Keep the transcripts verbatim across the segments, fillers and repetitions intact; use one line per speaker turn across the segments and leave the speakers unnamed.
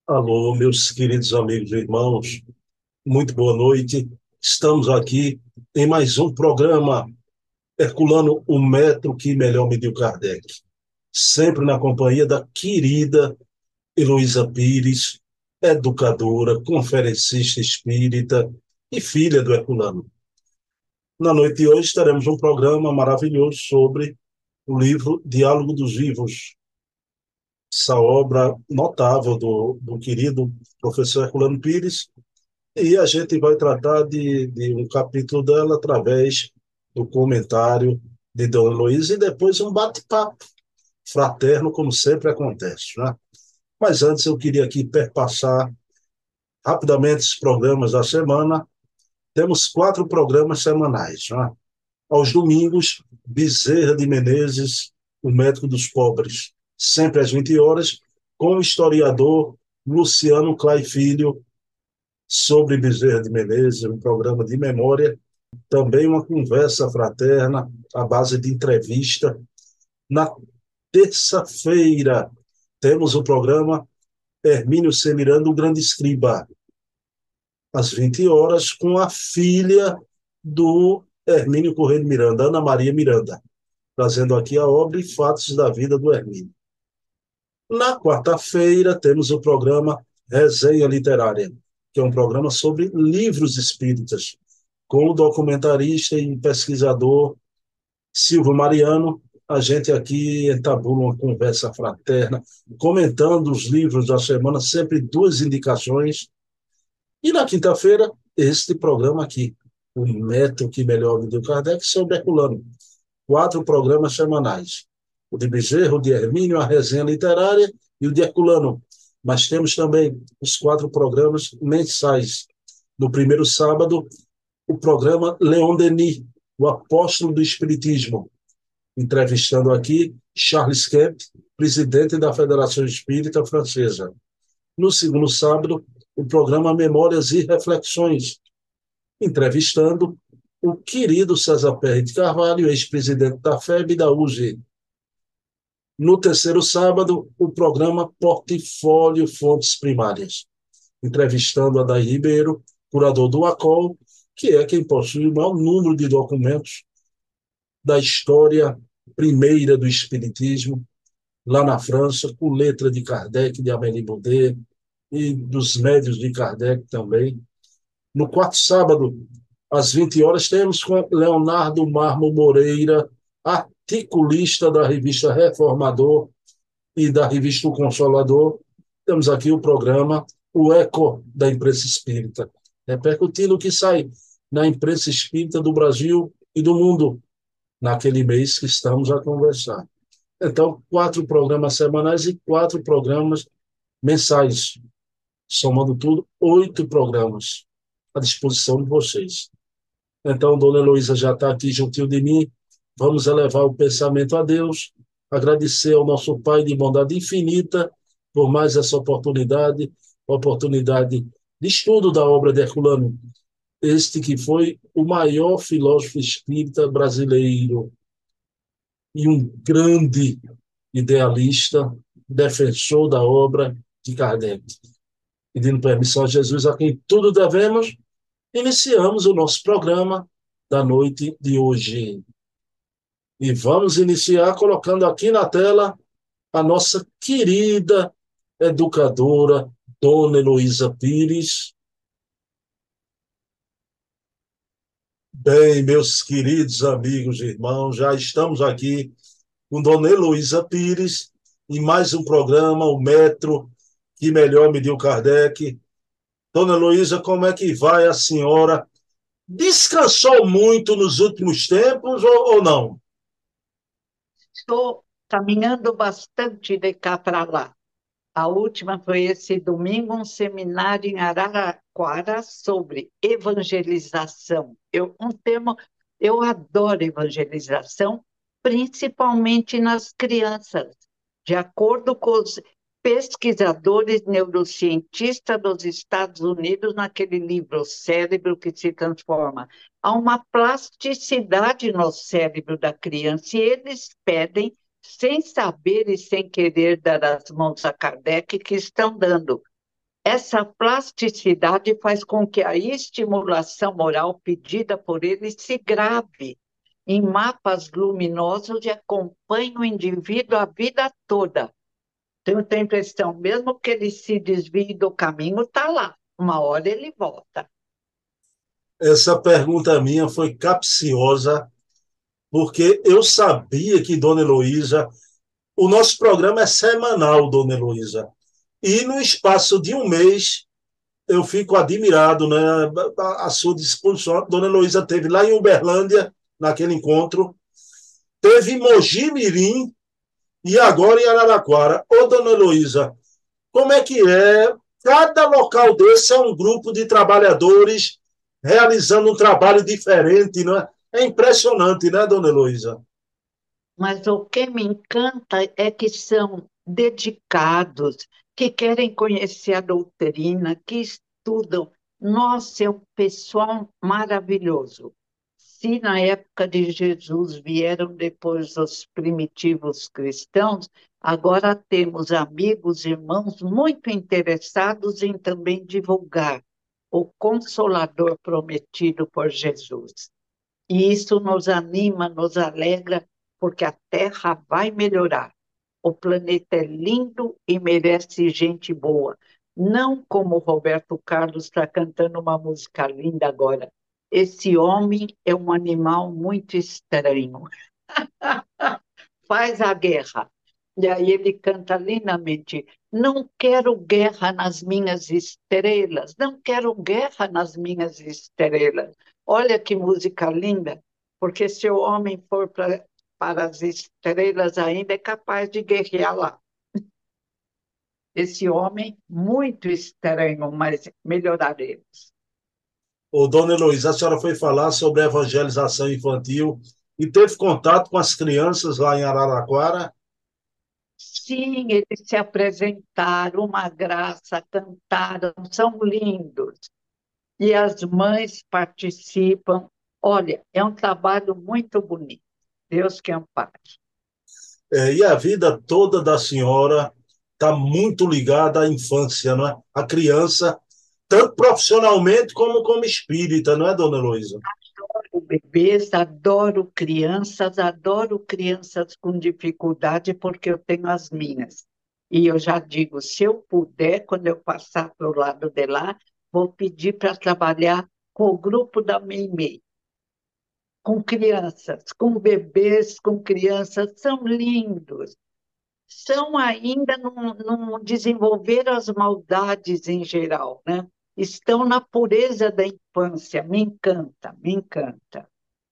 Alô, meus queridos amigos e irmãos, muito boa noite. Estamos aqui em mais um programa Herculano, o metro que melhor mediu Kardec. Sempre na companhia da querida Heloísa Pires, educadora, conferencista espírita e filha do Herculano. Na noite de hoje teremos um programa maravilhoso sobre o livro Diálogo dos Vivos, essa obra notável do, do querido professor Herculano Pires. E a gente vai tratar de, de um capítulo dela através do comentário de Dona Luísa e depois um bate-papo fraterno, como sempre acontece, né? Mas antes eu queria aqui perpassar rapidamente os programas da semana. Temos quatro programas semanais, né? Aos domingos, Bezerra de Menezes, o médico dos pobres, sempre às vinte horas, com o historiador Luciano Clay Filho, sobre Bezerra de Menezes, um programa de memória, também uma conversa fraterna, à base de entrevista. Na terça-feira, temos o programa Hermínio C. Miranda, o Grande Escriba, às vinte horas, com a filha do Hermínio Corrêa de Miranda, Ana Maria Miranda, trazendo aqui a obra e fatos da vida do Hermínio. Na quarta-feira, temos o programa Resenha Literária, que é um programa sobre livros espíritas, com o documentarista e pesquisador Silvio Mariano. A gente aqui entabula uma conversa fraterna, comentando os livros da semana, sempre duas indicações. E na quinta-feira, este programa aqui, o Método que Melhor Me Deu Kardec, sobre Herculano. Quatro programas semanais. O de Bezerra, o de Hermínio, a resenha literária e o de Herculano. Mas temos também os quatro programas mensais. No primeiro sábado, o programa Leon Denis, o apóstolo do Espiritismo, entrevistando aqui Charles Kemp, presidente da Federação Espírita Francesa. No segundo sábado, o programa Memórias e Reflexões, entrevistando o querido César Pérez de Carvalho, ex-presidente da F E B e da U G. No terceiro sábado, o programa Portfólio Fontes Primárias, entrevistando Adair Ribeiro, curador do ACOL, que é quem possui o maior número de documentos da história primeira do Espiritismo, lá na França, com letra de Kardec, de Amélie Baudet, e dos médios de Kardec também. No quarto sábado, às vinte horas, temos com Leonardo Marmo Moreira, articulista da revista Reformador e da revista O Consolador. Temos aqui o programa O Eco da Imprensa Espírita, repercutindo o que sai na imprensa espírita do Brasil e do mundo, naquele mês que estamos a conversar. Então, quatro programas semanais e quatro programas mensais. Somando tudo, oito programas à disposição de vocês. Então, Dona Heloísa já está aqui juntinho de mim. Vamos elevar o pensamento a Deus, agradecer ao nosso Pai de bondade infinita por mais essa oportunidade, oportunidade de estudo da obra de Herculano, este que foi o maior filósofo espírita brasileiro e um grande idealista, defensor da obra de Kardec. Pedindo permissão a Jesus, a quem tudo devemos, iniciamos o nosso programa da noite de hoje. E vamos iniciar colocando aqui na tela a nossa querida educadora, Dona Heloísa Pires. Bem, meus queridos amigos e irmãos, já estamos aqui com Dona Heloísa Pires em mais um programa, o Metro que Melhor Mediu Kardec. Dona Heloísa, como é que vai a senhora? Descansou muito nos últimos tempos ou, ou não?
Estou caminhando bastante de cá para lá. A última foi esse domingo, um seminário em Araraquara sobre evangelização. Eu, um tema, eu adoro evangelização, principalmente nas crianças. De acordo com os pesquisadores neurocientistas dos Estados Unidos, naquele livro O Cérebro que se Transforma, há uma plasticidade no cérebro da criança e eles pedem sem saber e sem querer dar as mãos a Kardec, que estão dando. Essa plasticidade faz com que a estimulação moral pedida por ele se grave em mapas luminosos e acompanhe o indivíduo a vida toda. Então, eu tenho a impressão, mesmo que ele se desvie do caminho, está lá. Uma hora ele volta.
Essa pergunta minha foi capciosa, porque eu sabia que Dona Heloísa, o nosso programa é semanal, Dona Heloísa, e no espaço de um mês eu fico admirado, né? A sua disposição. Dona Heloísa teve lá em Uberlândia, naquele encontro, teve em Mogi Mirim e agora em Araraquara. Ô, Dona Heloísa, como é que é? Cada local desse é um grupo de trabalhadores realizando um trabalho diferente, não é? É impressionante, né, Dona Heloísa?
Mas o que me encanta é que são dedicados, que querem conhecer a doutrina, que estudam. Nossa, é um pessoal maravilhoso. Se na época de Jesus vieram depois os primitivos cristãos, agora temos amigos, irmãos muito interessados em também divulgar o Consolador prometido por Jesus. E isso nos anima, nos alegra, porque a Terra vai melhorar. O planeta é lindo e merece gente boa. Não como o Roberto Carlos está cantando uma música linda agora. Esse homem é um animal muito estranho. Faz a guerra. E aí ele canta lindamente: não quero guerra nas minhas estrelas, não quero guerra nas minhas estrelas. Olha que música linda, porque se o homem for pra, para as estrelas ainda é capaz de guerrear lá. Esse homem muito estranho, mas melhoraremos.
Ô, Dona Heloísa, a senhora foi falar sobre a evangelização infantil e teve contato com as crianças lá em Araraquara?
Sim, eles se apresentaram, uma graça, cantaram, são lindos. E as mães participam. Olha, é um trabalho muito bonito. Deus que ampare.
É, e a vida toda da senhora está muito ligada à infância, não é? À criança, tanto profissionalmente como como espírita, não é, Dona Heloísa?
Adoro bebês, adoro crianças, adoro crianças com dificuldade, porque eu tenho as minhas. E eu já digo, se eu puder, quando eu passar para o lado de lá, vou pedir para trabalhar com o grupo da Meimei, com crianças, com bebês, com crianças, são lindos. São ainda não, não desenvolveram as maldades em geral, né? Estão na pureza da infância. Me encanta, me encanta.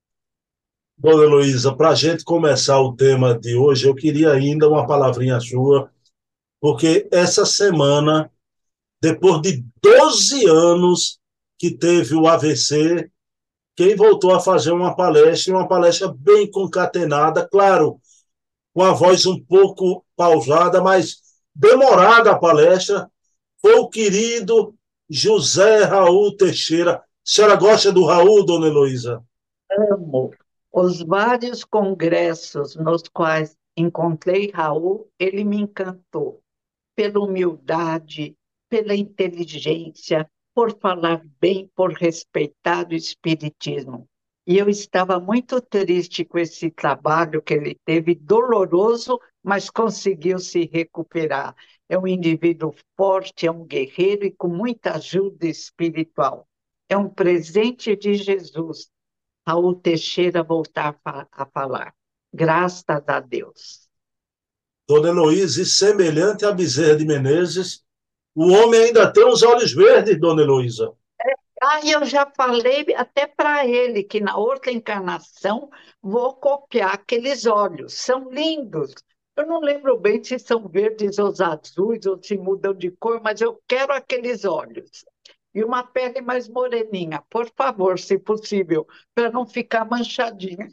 Dona Heloísa, para a gente começar o tema de hoje, eu queria ainda uma palavrinha sua, porque essa semana, depois de doze anos que teve o A V C, quem voltou a fazer uma palestra, uma palestra bem concatenada, claro, com a voz um pouco pausada, mas demorada a palestra, foi o querido José Raul Teixeira. A senhora gosta do Raul, Dona Heloísa?
Amo. Os vários congressos nos quais encontrei Raul, ele me encantou pela humildade, pela inteligência, por falar bem, por respeitar o espiritismo. E eu estava muito triste com esse trabalho que ele teve, doloroso, mas conseguiu se recuperar. É um indivíduo forte, é um guerreiro e com muita ajuda espiritual. É um presente de Jesus, Raul Teixeira voltar fa- a falar. Graças a Deus.
Dona Heloísa, e semelhante a Bezerra de Menezes, o homem ainda tem os olhos verdes, Dona Heloísa.
Ah, e eu já falei até para ele que na outra encarnação vou copiar aqueles olhos, são lindos. Eu não lembro bem se são verdes ou azuis ou se mudam de cor, mas eu quero aqueles olhos. E uma pele mais moreninha, por favor, se possível, para não ficar manchadinha.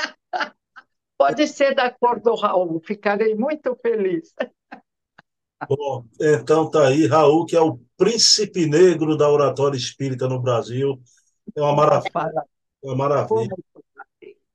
Pode ser da cor do Raul, ficarei muito feliz.
Bom, então tá aí, Raul, que é o príncipe negro da oratória espírita no Brasil. É uma
Como
maravilha,
fala,
é uma maravilha.
como fala.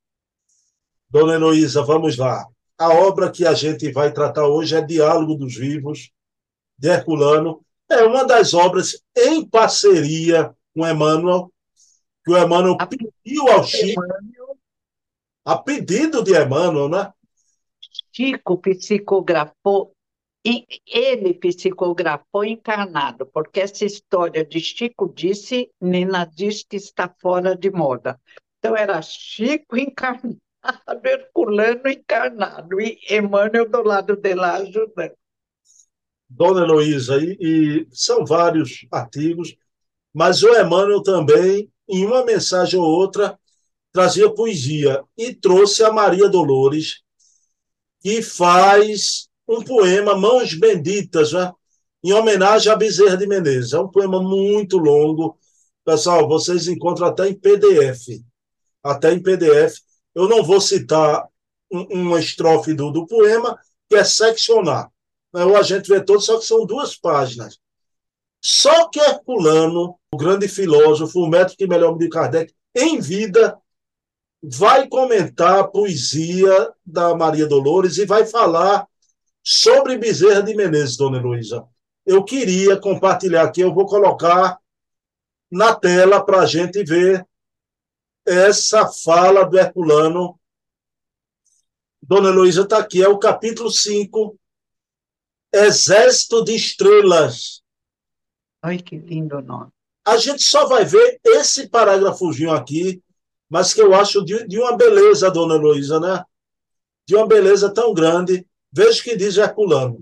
Dona Heloísa, vamos lá. A obra que a gente vai tratar hoje é Diálogo dos Vivos, de Herculano. É uma das obras em parceria com Emmanuel, que o Emmanuel
A
pediu ao Chico,
Emmanuel,
a pedido de Emmanuel, né?
Chico psicografou, e ele psicografou encarnado, porque essa história de Chico disse, Nina diz que está fora de moda. Então era Chico encarnado, Herculano encarnado, e Emmanuel do lado de lá ajudando.
Dona Heloísa, e, e são vários artigos, mas o Emmanuel também, em uma mensagem ou outra, trazia poesia e trouxe a Maria Dolores, que faz um poema, Mãos Benditas, né? Em homenagem a Bezerra de Menezes. É um poema muito longo. Pessoal, vocês encontram até em P D F. Até em P D F. Eu não vou citar um, uma estrofe do, do poema, que é seccionar. Ou a gente vê todo, só que são duas páginas. Só que Herculano, o grande filósofo, o método que melhor mediu Kardec, em vida, vai comentar a poesia da Maria Dolores e vai falar sobre Bezerra de Menezes, dona Heloísa. Eu queria compartilhar aqui, eu vou colocar na tela para a gente ver essa fala do Herculano. Dona Heloísa está aqui, é o capítulo cinco, Exército de Estrelas.
Ai, que lindo nome.
A gente só vai ver esse parágrafozinho aqui, mas que eu acho de, de uma beleza, dona Heloísa, né? De uma beleza tão grande. Veja o que diz Herculano.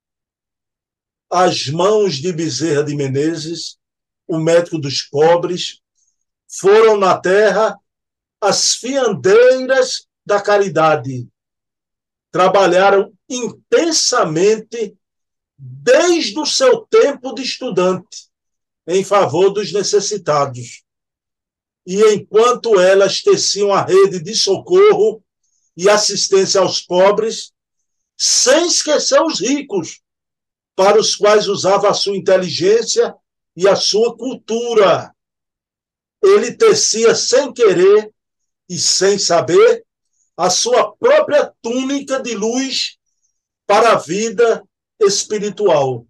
As mãos de Bezerra de Menezes, o médico dos pobres, foram na terra as fiandeiras da caridade. Trabalharam intensamente desde o seu tempo de estudante em favor dos necessitados. E enquanto elas teciam a rede de socorro e assistência aos pobres, sem esquecer os ricos, para os quais usava a sua inteligência e a sua cultura. Ele tecia sem querer e sem saber a sua própria túnica de luz para a vida espiritual.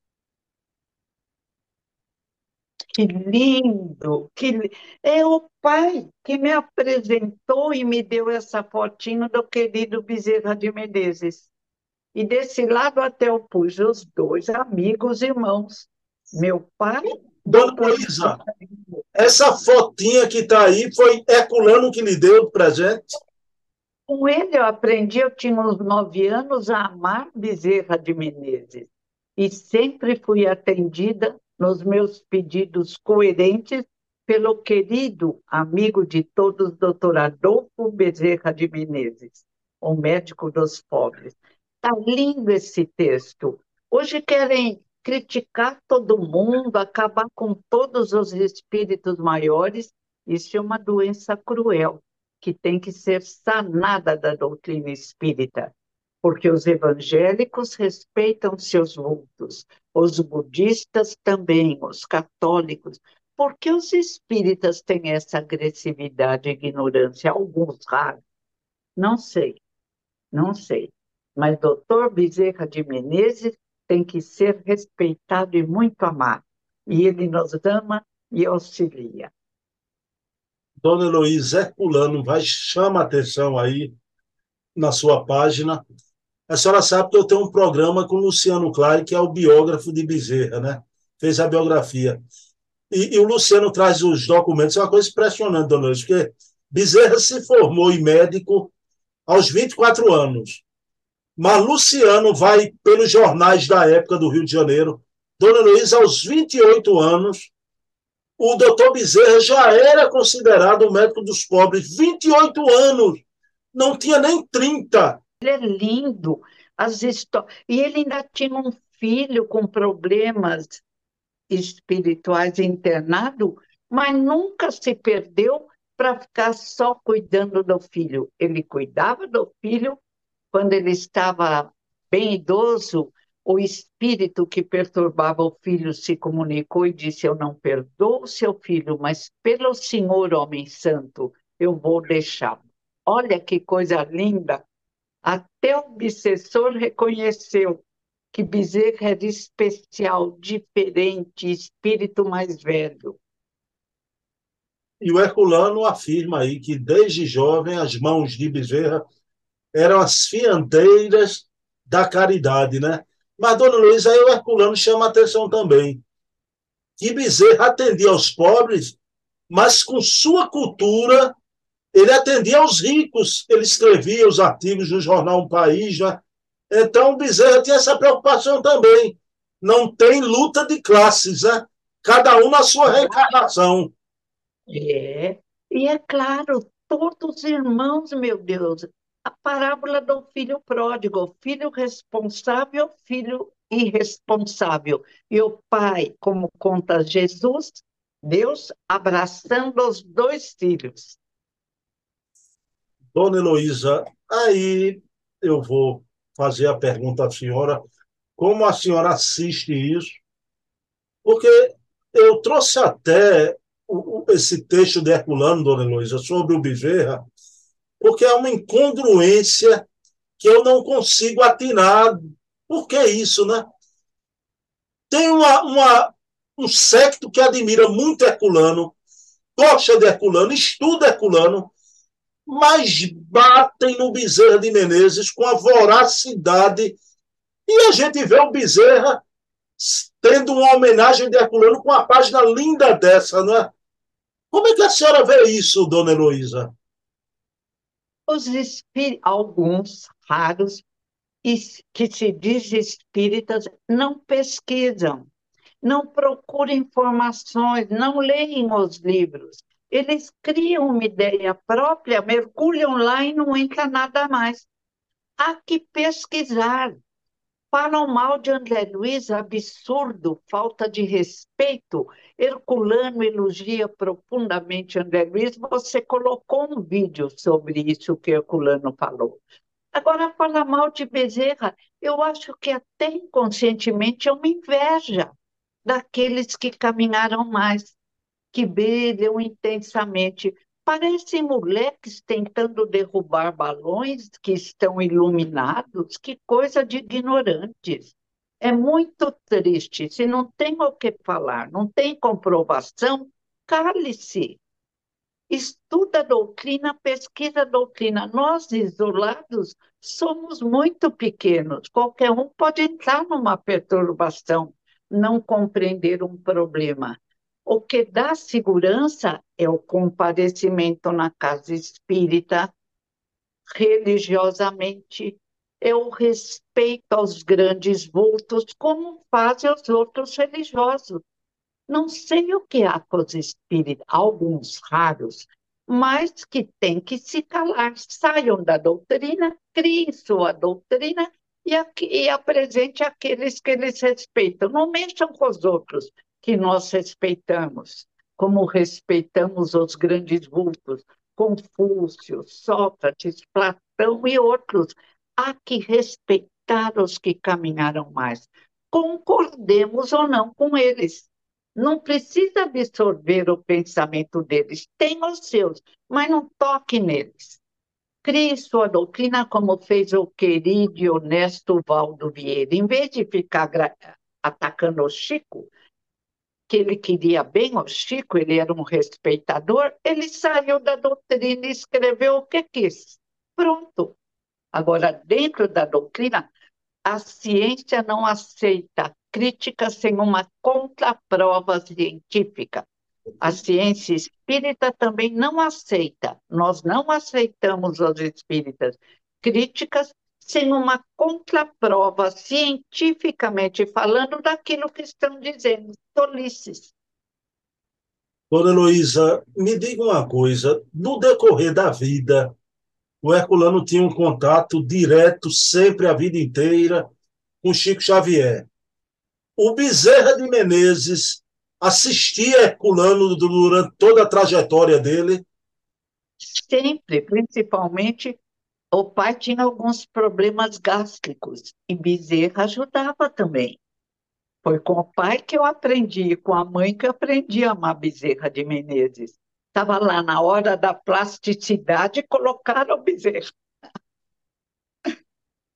Que lindo! Que... li- É o pai que me apresentou e me deu essa fotinho do querido Bezerra de Menezes. E desse lado até eu pus os dois amigos irmãos. Meu pai,
Dona
doutor
Luísa, essa fotinha que está aí foi Herculano que lhe deu de presente?
com ele eu aprendi, eu tinha uns nove anos, a amar Bezerra de Menezes. E sempre fui atendida nos meus pedidos coerentes pelo querido amigo de todos, doutor Adolfo Bezerra de Menezes, o médico dos pobres. Está lindo esse texto. Hoje querem criticar todo mundo, acabar com todos os espíritos maiores. Isso é uma doença cruel que tem que ser sanada da doutrina espírita, porque os evangélicos respeitam seus vultos, os budistas também, os católicos. Por que os espíritas têm essa agressividade e ignorância? Alguns raros, não sei, não sei. Mas doutor Bezerra de Menezes tem que ser respeitado e muito amado. E ele nos ama e auxilia.
Dona Heloísa Herculano vai chama a atenção aí na sua página. A senhora sabe que eu tenho um programa com o Luciano Clare, que é o biógrafo de Bezerra, né? Fez a biografia. E, e o Luciano traz os documentos, é uma coisa impressionante, dona Heloísa, porque Bezerra se formou em médico aos vinte e quatro anos. Mas Luciano vai pelos jornais da época do Rio de Janeiro. Dona Heloísa, aos vinte e oito anos, o doutor Bezerra já era considerado o médico dos pobres. vinte e oito anos, não tinha nem trinta.
Ele é lindo. As histó... E ele ainda tinha um filho com problemas espirituais internado, mas nunca se perdeu para ficar só cuidando do filho. Ele cuidava do filho quando ele estava bem idoso. O espírito que perturbava o filho se comunicou e disse: Eu não perdoo o seu filho, mas pelo Senhor, homem santo, eu vou deixá-lo. Olha que coisa linda! Até o obsessor reconheceu. que Bezerra era especial, diferente, espírito mais velho.
E o Herculano afirma aí que, desde jovem, as mãos de Bezerra eram as fiandeiras da caridade, né? Mas, dona Luísa, aí o Herculano chama a atenção também, que Bezerra atendia aos pobres, mas com sua cultura, ele atendia aos ricos, ele escrevia os artigos no jornal Um País, né? Então, Bezerra tinha essa preocupação também. Não tem luta de classes, né? Cada um na sua reencarnação.
É, e é claro, todos irmãos, meu Deus, a parábola do filho pródigo, filho responsável, filho irresponsável. E o pai, como conta Jesus, Deus abraçando os dois filhos.
Dona Heloísa, aí eu vou fazer a pergunta à senhora, como a senhora assiste isso? Porque eu trouxe até o- o- esse texto de Herculano, Dona Heloísa, sobre o Bezerra, porque é uma incongruência que eu não consigo atinar. Por que isso, né? Tem uma, uma, um secto que admira muito Herculano, gosta de Herculano, estuda Herculano, mas batem no Bezerra de Menezes com a voracidade. E a gente vê o Bezerra tendo uma homenagem de Herculano com uma página linda dessa, não é? Como é que a senhora vê isso, dona Heloísa?
Os espí- alguns raros es- que se diz espíritas não pesquisam, não procuram informações, não leem os livros. Eles criam uma ideia própria, mergulham lá e não entra nada mais. Há que pesquisar. Falam mal de André Luiz, absurdo, falta de respeito. Herculano elogia profundamente André Luiz. Você colocou um vídeo sobre isso que Herculano falou. Agora, fala mal de Bezerra, eu acho que até inconscientemente é uma inveja daqueles que caminharam mais, que brilham intensamente. Parecem moleques tentando derrubar balões que estão iluminados. Que coisa de ignorantes. É muito triste. Se não tem o que falar, não tem comprovação, cale-se. Estuda a doutrina, pesquisa a doutrina. Nós, isolados, somos muito pequenos. Qualquer um pode entrar numa perturbação, não compreender um problema. O que dá segurança é o comparecimento na casa espírita, religiosamente, é o respeito aos grandes vultos, como fazem os outros religiosos. Não sei o que há com os espíritos, alguns raros, mas que têm que se calar, saiam da doutrina, criem sua doutrina e, aqui, e apresente aqueles que eles respeitam. Não mexam com os outros que nós respeitamos, como respeitamos os grandes vultos, Confúcio, Sócrates, Platão e outros. Há que respeitar os que caminharam mais. Concordemos ou não com eles. Não precisa absorver o pensamento deles, tem os seus, mas não toque neles. Crie sua doutrina como fez o querido e honesto Valdo Vieira. Em vez de ficar atacando o Chico, que ele queria bem o Chico, ele era um respeitador, ele saiu da doutrina e escreveu o que quis. Pronto. Agora, dentro da doutrina, a ciência não aceita crítica sem uma contraprova científica. A ciência espírita também não aceita, nós não aceitamos os espíritas críticas sem uma contraprova cientificamente falando daquilo que estão dizendo, tolices.
Dona Heloísa, me diga uma coisa, no decorrer da vida, o Herculano tinha um contato direto, sempre a vida inteira, com Chico Xavier. O Bezerra de Menezes assistia Herculano durante toda a trajetória dele.
Sempre, principalmente, o pai tinha alguns problemas gástricos e Bezerra ajudava também. Foi com o pai que eu aprendi, e com a mãe que eu aprendi a amar Bezerra de Menezes. Estava lá na hora da plasticidade, colocaram o Bezerra.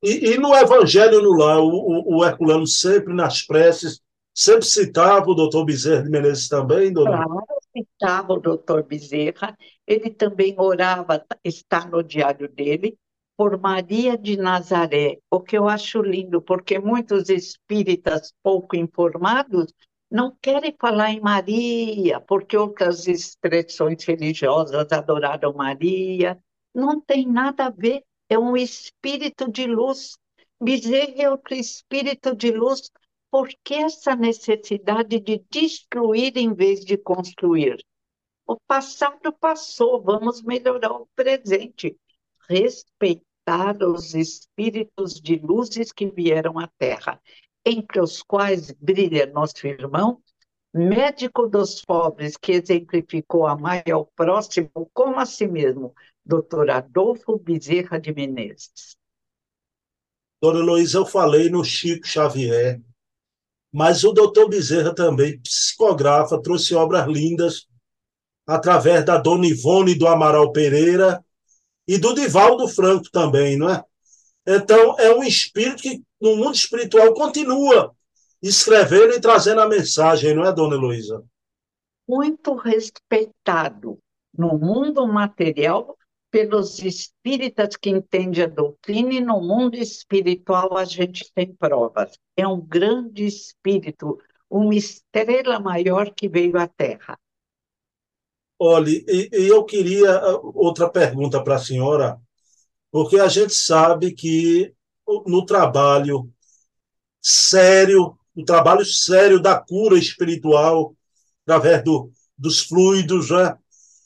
E, e no Evangelho no Lar, o, o, o Herculano sempre nas preces, sempre citava o doutor Bezerra de Menezes também, dona?
Claro, citava o doutor Bezerra, ele também orava, está no diário dele, por Maria de Nazaré, o que eu acho lindo, porque muitos espíritas pouco informados não querem falar em Maria, porque outras expressões religiosas adoraram Maria. Não tem nada a ver, é um espírito de luz. Bezerra é outro espírito de luz. Por que essa necessidade de destruir em vez de construir? O passado passou, vamos melhorar o presente. Respeitar os espíritos de luzes que vieram à Terra, entre os quais brilha nosso irmão, médico dos pobres, que exemplificou amar ao próximo como a si mesmo, doutor Adolfo Bezerra de Menezes.
Dona Heloísa, eu falei no Chico Xavier, mas o doutor Bezerra também psicografa, trouxe obras lindas através da Dona Ivone do Amaral Pereira e do Divaldo Franco também, não é? Então, é um espírito que no mundo espiritual continua escrevendo e trazendo a mensagem, não é, dona Heloísa?
Muito respeitado no mundo material pelos espíritas que entendem a doutrina, e no mundo espiritual a gente tem provas. É um grande espírito, uma estrela maior que veio à Terra.
Olha, e, e eu queria ah, outra pergunta para a senhora, porque a gente sabe que no trabalho sério, o trabalho sério da cura espiritual, através do, dos fluidos, né?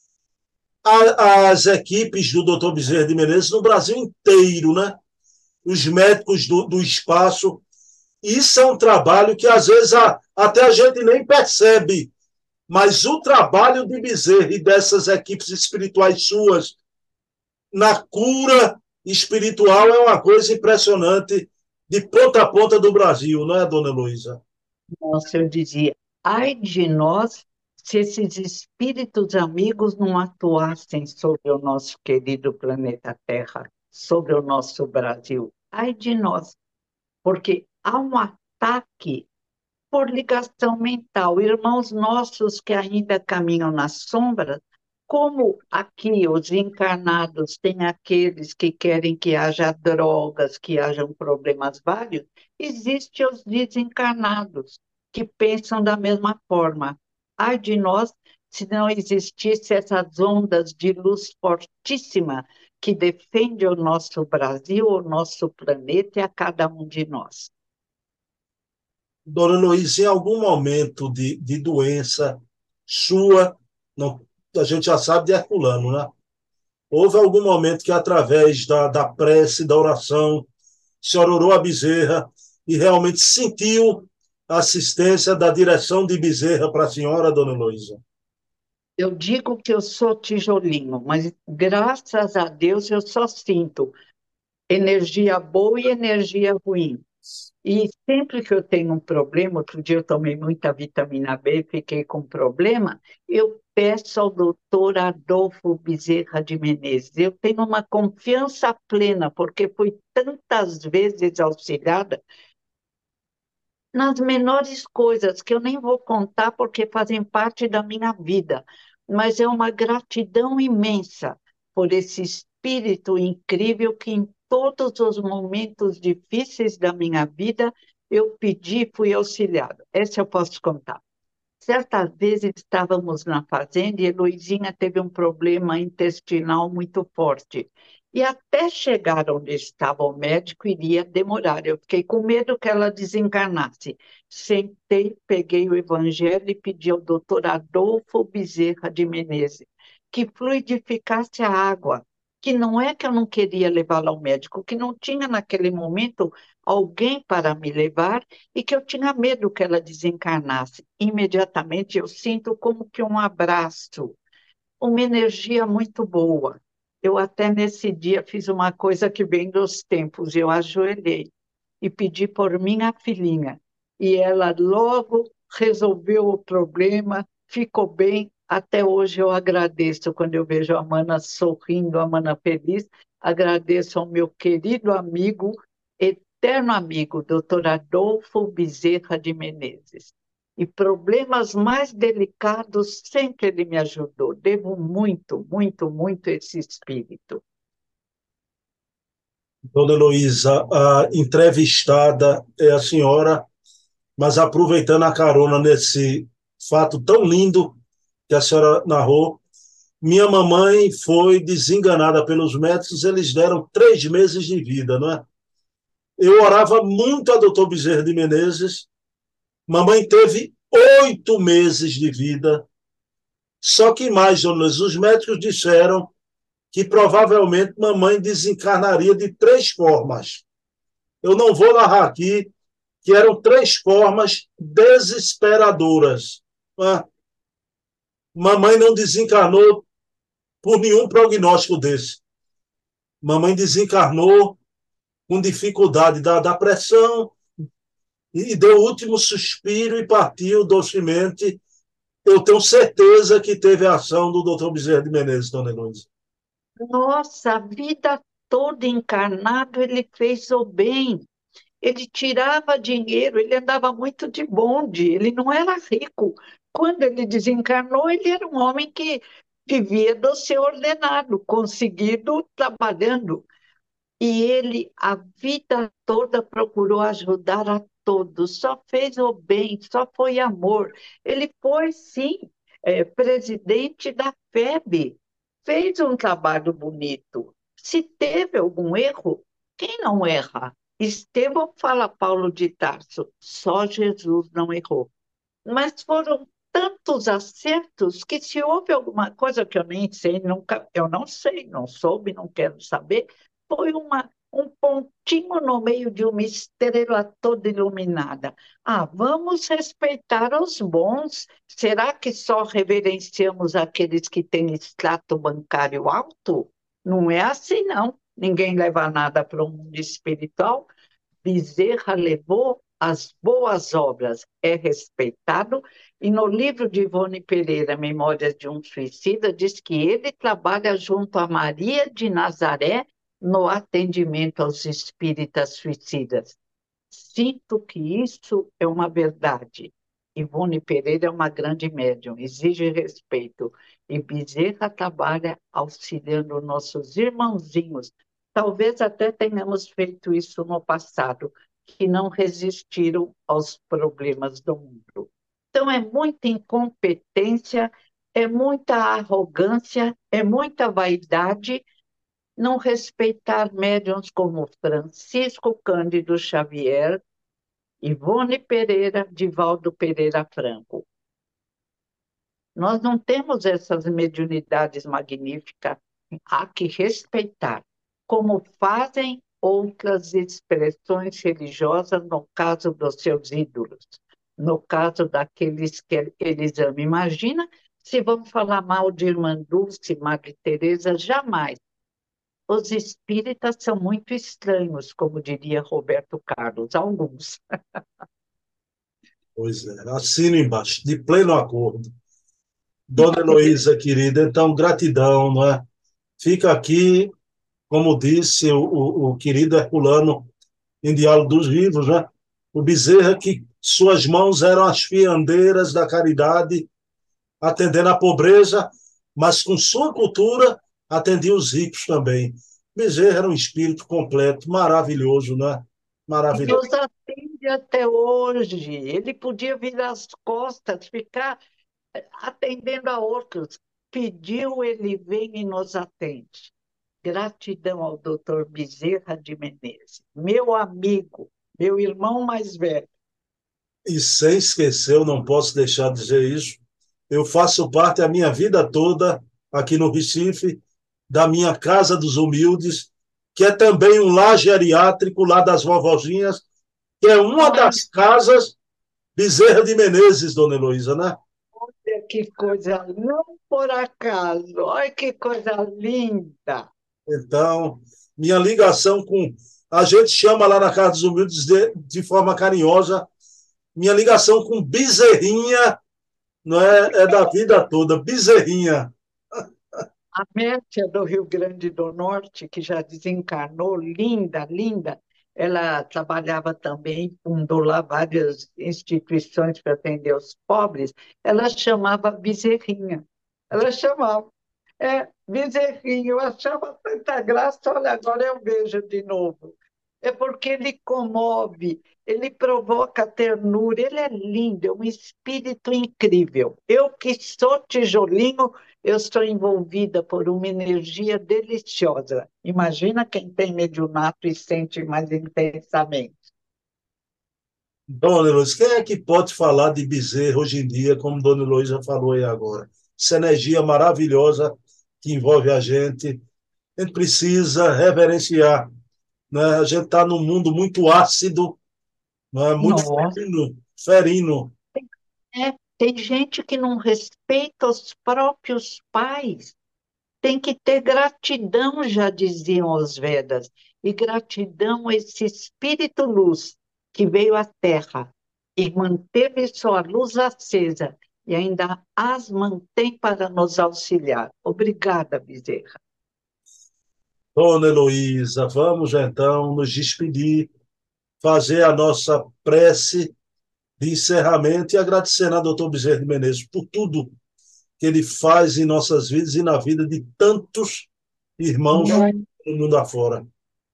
As equipes do doutor Bezerra de Menezes no Brasil inteiro, né? Os médicos do, do espaço. Isso é um trabalho que às vezes a, até a gente nem percebe, mas o trabalho de Bezerra e dessas equipes espirituais suas na cura espiritual é uma coisa impressionante de ponta a ponta do Brasil, não é, dona Heloísa?
Nossa, eu dizia, ai de nós se esses espíritos amigos não atuassem sobre o nosso querido planeta Terra, sobre o nosso Brasil. Ai de nós, porque há um ataque por ligação mental. Irmãos nossos que ainda caminham nas sombras, como aqui os encarnados têm aqueles que querem que haja drogas, que hajam problemas vários, existem os desencarnados que pensam da mesma forma. Ai de nós se não existisse essas ondas de luz fortíssima que defende o nosso Brasil, o nosso planeta e a cada um de nós.
Dona Heloísa, em algum momento de, de doença sua, não, a gente já sabe de Herculano, né? Houve algum momento que, através da, da prece, da oração, a senhora orou a Bezerra e realmente sentiu a assistência da direção de Bezerra para a senhora, dona Heloísa?
Eu digo que eu sou tijolinho, mas graças a Deus eu só sinto energia boa e energia ruim. E sempre que eu tenho um problema, outro dia eu tomei muita vitamina B, fiquei com problema, eu peço ao doutor Adolfo Bezerra de Menezes. Eu tenho uma confiança plena, porque fui tantas vezes auxiliada nas menores coisas, que eu nem vou contar porque fazem parte da minha vida, mas é uma gratidão imensa por esse espírito incrível que em todos os momentos difíceis da minha vida eu pedi e fui auxiliado. Essa eu posso contar. Certa vez estávamos na fazenda e Heloisinha teve um problema intestinal muito forte. E até chegar onde estava o médico iria demorar. Eu fiquei com medo que ela desencarnasse. Sentei, peguei o evangelho e pedi ao doutor Adolfo Bezerra de Menezes que fluidificasse a água, que não é que eu não queria levá-la ao médico, que não tinha naquele momento alguém para me levar e que eu tinha medo que ela desencarnasse. Imediatamente eu sinto como que um abraço, uma energia muito boa. Eu até nesse dia fiz uma coisa que vem dos tempos, eu ajoelhei e pedi por minha filhinha. E ela logo resolveu o problema, ficou bem. Até hoje eu agradeço quando eu vejo a Mana sorrindo, a Mana feliz. Agradeço ao meu querido amigo eterno amigo, doutor Adolfo Bezerra de Menezes. E problemas mais delicados sempre ele me ajudou. Devo muito, muito, muito esse espírito.
Dona Heloísa, a entrevistada é a senhora, mas aproveitando a carona nesse fato tão lindo que a senhora narrou, minha mamãe foi desenganada pelos médicos, eles deram três meses de vida, não é? Eu orava muito a doutor Bezerra de Menezes, mamãe teve oito meses de vida, só que mais, dona Heloísa, os médicos disseram que provavelmente mamãe desencarnaria de três formas. Eu não vou narrar aqui, que eram três formas desesperadoras. Né? Mamãe não desencarnou por nenhum prognóstico desse. Mamãe desencarnou com dificuldade da, da pressão e deu o último suspiro e partiu docemente. Eu tenho certeza que teve a ação do doutor Bezerra de Menezes, dona Heloísa.
Nossa, a vida toda encarnado ele fez o bem. Ele tirava dinheiro, ele andava muito de bonde, ele não era rico. Quando ele desencarnou, ele era um homem que vivia do seu ordenado, conseguido trabalhando. E ele, a vida toda, procurou ajudar a todos, só fez o bem, só foi amor. Ele foi, sim, eh, presidente da F E B, fez um trabalho bonito. Se teve algum erro, quem não erra? Estevão fala Paulo de Tarso, só Jesus não errou. Mas foram tantos acertos que se houve alguma coisa que eu nem sei, nunca, eu não sei, não soube, não quero saber, foi uma, um pontinho no meio de uma estrela toda iluminada. Ah, vamos respeitar os bons. Será que só reverenciamos aqueles que têm extrato bancário alto? Não é assim, não. Ninguém leva nada para o mundo espiritual. Bezerra levou as boas obras, é respeitado, e no livro de Ivone Pereira, Memórias de um Suicida, diz que ele trabalha junto a Maria de Nazaré no atendimento aos espíritas suicidas. Sinto que isso é uma verdade. Ivone Pereira é uma grande médium, exige respeito. E Bezerra trabalha auxiliando nossos irmãozinhos. Talvez até tenhamos feito isso no passado, que não resistiram aos problemas do mundo. Então, é muita incompetência, é muita arrogância, é muita vaidade não respeitar médiuns como Francisco Cândido Xavier, Ivone Pereira, Divaldo Pereira Franco. Nós não temos essas mediunidades magníficas, há que respeitar, como fazem outras expressões religiosas no caso dos seus ídolos, no caso daqueles que eles amam. Imagina se vamos falar mal de Irmã Dulce, Madre Teresa, jamais. Os espíritas são muito estranhos, como diria Roberto Carlos, alguns.
Pois é, assino embaixo, de pleno acordo. Dona Heloísa, querida, então, gratidão, não é? Fica aqui, como disse o, o, o querido Herculano, em Diálogo dos Vivos, né? O Bezerra, que suas mãos eram as fiandeiras da caridade, atendendo à pobreza, mas com sua cultura, atendia os ricos também. Bezerra era um espírito completo, maravilhoso, né?
E
Maravilhoso.
nos atende até hoje. Ele podia virar as costas, ficar atendendo a outros. Pediu, ele vem e nos atende. Gratidão ao doutor Bezerra de Menezes, meu amigo, meu irmão mais velho.
E sem esquecer, eu não posso deixar de dizer isso, eu faço parte a minha vida toda aqui no Recife, da minha Casa dos Humildes, que é também um lar geriátrico lá das vovozinhas, que é uma
Ai,
das casas Bezerra de Menezes, dona Heloísa, né?
que coisa, não por acaso, olha que coisa linda.
Então, minha ligação com. A gente chama lá na Casa dos Humildes de, de forma carinhosa, minha ligação com Bezerrinha não é, é da vida toda, Bezerrinha.
A Métia do Rio Grande do Norte, que já desencarnou, linda, linda, ela trabalhava também, fundou lá várias instituições para atender os pobres, ela chamava Bezerrinha. Ela chamava. É, Bezerrinho, eu achava tanta graça, olha, agora eu vejo de novo. É porque ele comove, ele provoca ternura, ele é lindo, é um espírito incrível. Eu que sou tijolinho, eu estou envolvida por uma energia deliciosa. Imagina quem tem mediunato e sente mais intensamente.
Dona Heloísa, quem é que pode falar de Bezerra hoje em dia, como Dona Heloísa falou aí agora? Essa energia maravilhosa que envolve a gente, a gente precisa reverenciar, né? A gente está num mundo muito ácido, né? Muito
Nossa,
ferino, ferino.
é, tem gente que não respeita os próprios pais. Tem que ter gratidão, já diziam os Vedas, e gratidão a esse espírito luz que veio à Terra e manteve sua luz acesa e ainda as mantém para nos auxiliar. Obrigada, Bezerra.
Dona Heloísa, vamos então nos despedir, fazer a nossa prece de encerramento e agradecendo ao doutor Bezerra de Menezes por tudo que ele faz em nossas vidas e na vida de tantos irmãos no mundo afora.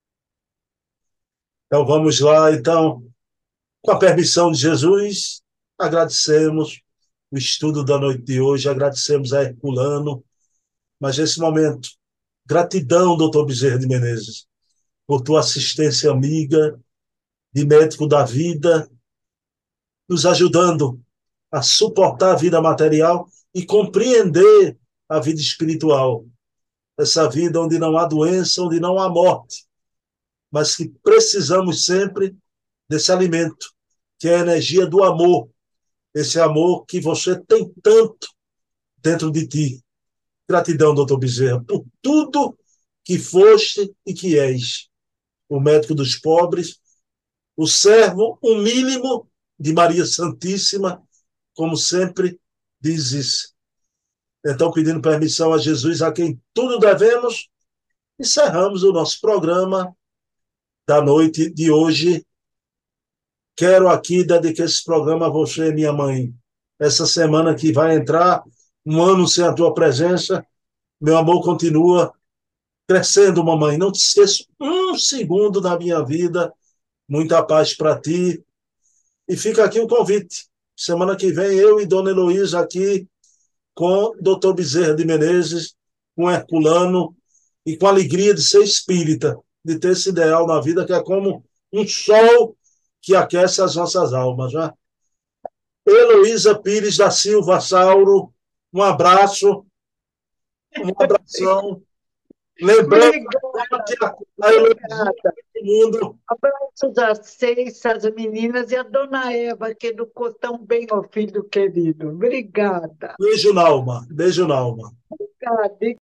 Então vamos lá, então, com a permissão de Jesus, agradecemos o estudo da noite de hoje, agradecemos a Herculano, mas nesse momento, gratidão, doutor Bezerra de Menezes, por tua assistência amiga, de médico da vida, nos ajudando a suportar a vida material e compreender a vida espiritual. Essa vida onde não há doença, onde não há morte, mas que precisamos sempre desse alimento, que é a energia do amor, esse amor que você tem tanto dentro de ti. Gratidão, doutor Bezerra, por tudo que foste e que és. O médico dos pobres, o servo humílimo de Maria Santíssima, como sempre dizes. Então, pedindo permissão a Jesus, a quem tudo devemos, encerramos o nosso programa da noite de hoje. Quero aqui dedicar esse programa a você, minha mãe. Essa semana que vai entrar, um ano sem a tua presença, meu amor continua crescendo, mamãe. Não te esqueço um segundo da minha vida. Muita paz para ti. E fica aqui o convite. Semana que vem, eu e Dona Heloísa aqui com doutor Bezerra de Menezes, com Herculano e com a alegria de ser espírita, de ter esse ideal na vida que é como um sol que aquece as nossas almas. Né? Heloísa Pires da Silva Sauro, um abraço, um abração. Lembrando
Obrigada,
que a, a Heloísa
obrigada.
do mundo.
Abraços às seis, às meninas e a dona Eva, que educou tão bem o filho querido. Obrigada.
Beijo na alma, beijo na alma.
Obrigada.